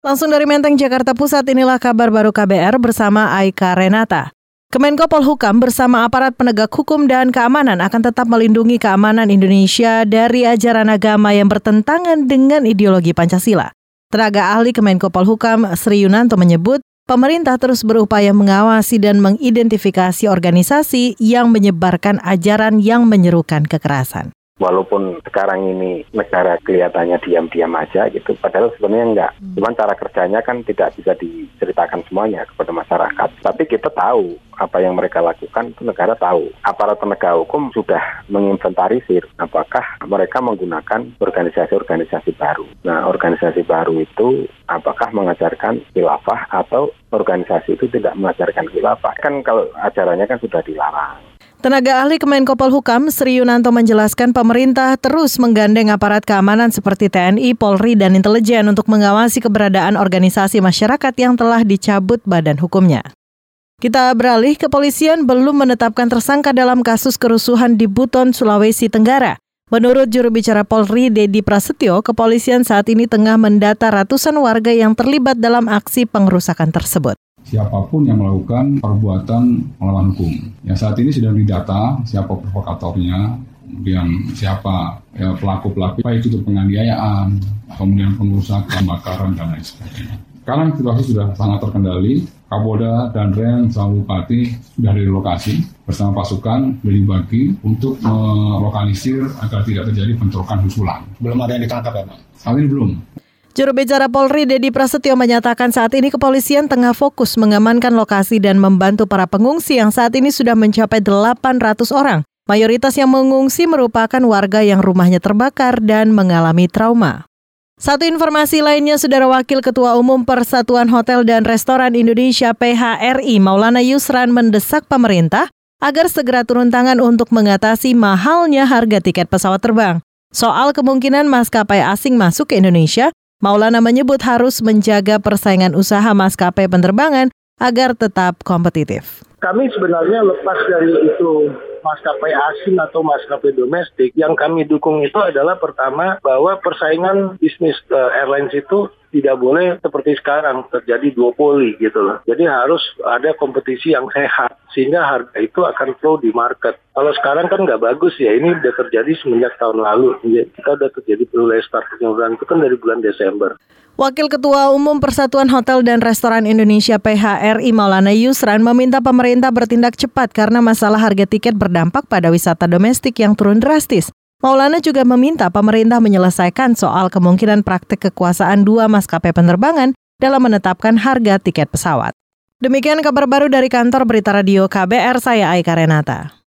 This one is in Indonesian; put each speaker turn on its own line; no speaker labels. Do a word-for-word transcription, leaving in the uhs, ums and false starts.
Langsung dari Menteng, Jakarta Pusat, inilah kabar baru K B R bersama Aika Renata. Kemenko Polhukam bersama aparat penegak hukum dan keamanan akan tetap melindungi keamanan Indonesia dari ajaran agama yang bertentangan dengan ideologi Pancasila. Tenaga ahli Kemenko Polhukam Sri Yunanto menyebut, pemerintah terus berupaya mengawasi dan mengidentifikasi organisasi yang menyebarkan ajaran yang menyerukan kekerasan.
Walaupun sekarang ini negara kelihatannya diam-diam aja gitu, padahal sebenarnya enggak. Hmm. Cuman cara kerjanya kan tidak bisa diceritakan semuanya kepada masyarakat. Tapi kita tahu apa yang mereka lakukan, itu negara tahu. Aparat penegak hukum sudah menginventarisir apakah mereka menggunakan organisasi-organisasi baru. Nah, organisasi baru itu apakah mengajarkan khilafah atau organisasi itu tidak mengajarkan khilafah. Kan kalau ajarannya kan sudah dilarang.
Tenaga ahli Kemenko Polhukam Sri Yunanto menjelaskan pemerintah terus menggandeng aparat keamanan seperti T N I, Polri, dan intelijen untuk mengawasi keberadaan organisasi masyarakat yang telah dicabut badan hukumnya. Kita beralih, kepolisian belum menetapkan tersangka dalam kasus kerusuhan di Buton, Sulawesi Tenggara. Menurut juru bicara Polri, Dedi Prasetyo, kepolisian saat ini tengah mendata ratusan warga yang terlibat dalam aksi pengerusakan tersebut.
Siapapun yang melakukan perbuatan melawan hukum. Ya, saat ini sedang didata siapa provokatornya, kemudian siapa ya, pelaku-pelaku, baik itu penganiayaan, kemudian pengerusakan, bakaran, dan lain sebagainya. Sekarang situasi sudah sangat terkendali. Kapolda dan Rem sama Bupati sudah dari lokasi bersama pasukan dibagi untuk melokalisir agar tidak terjadi bentrokan susulan.
Belum ada yang ditangkap ya Pak?
Saat ini belum.
Juru bicara Polri Dedi Prasetyo menyatakan saat ini kepolisian tengah fokus mengamankan lokasi dan membantu para pengungsi yang saat ini sudah mencapai delapan ratus orang. Mayoritas yang mengungsi merupakan warga yang rumahnya terbakar dan mengalami trauma. Satu informasi lainnya, Saudara Wakil Ketua Umum Persatuan Hotel dan Restoran Indonesia P H R I Maulana Yusran mendesak pemerintah agar segera turun tangan untuk mengatasi mahalnya harga tiket pesawat terbang. Soal kemungkinan maskapai asing masuk ke Indonesia, Maulana menyebut harus menjaga persaingan usaha maskapai penerbangan agar tetap kompetitif.
Kami sebenarnya lepas dari itu maskapai asing atau maskapai domestik, yang kami dukung itu adalah pertama bahwa persaingan bisnis uh, airlines itu tidak boleh seperti sekarang terjadi duopoli gitu loh. Jadi harus ada kompetisi yang sehat sehingga harga itu akan flow di market. Kalau sekarang kan nggak bagus ya, ini udah terjadi semenjak tahun lalu. Kita udah terjadi mulai start penyaluran itu kan dari bulan Desember.
Wakil Ketua Umum Persatuan Hotel dan Restoran Indonesia P H R I Maulana Yusran meminta pemerintah bertindak cepat karena masalah harga tiket berdampak pada wisata domestik yang turun drastis. Maulana juga meminta pemerintah menyelesaikan soal kemungkinan praktik kekuasaan dua maskapai penerbangan dalam menetapkan harga tiket pesawat. Demikian kabar baru dari kantor Berita Radio K B R, saya Aika Renata.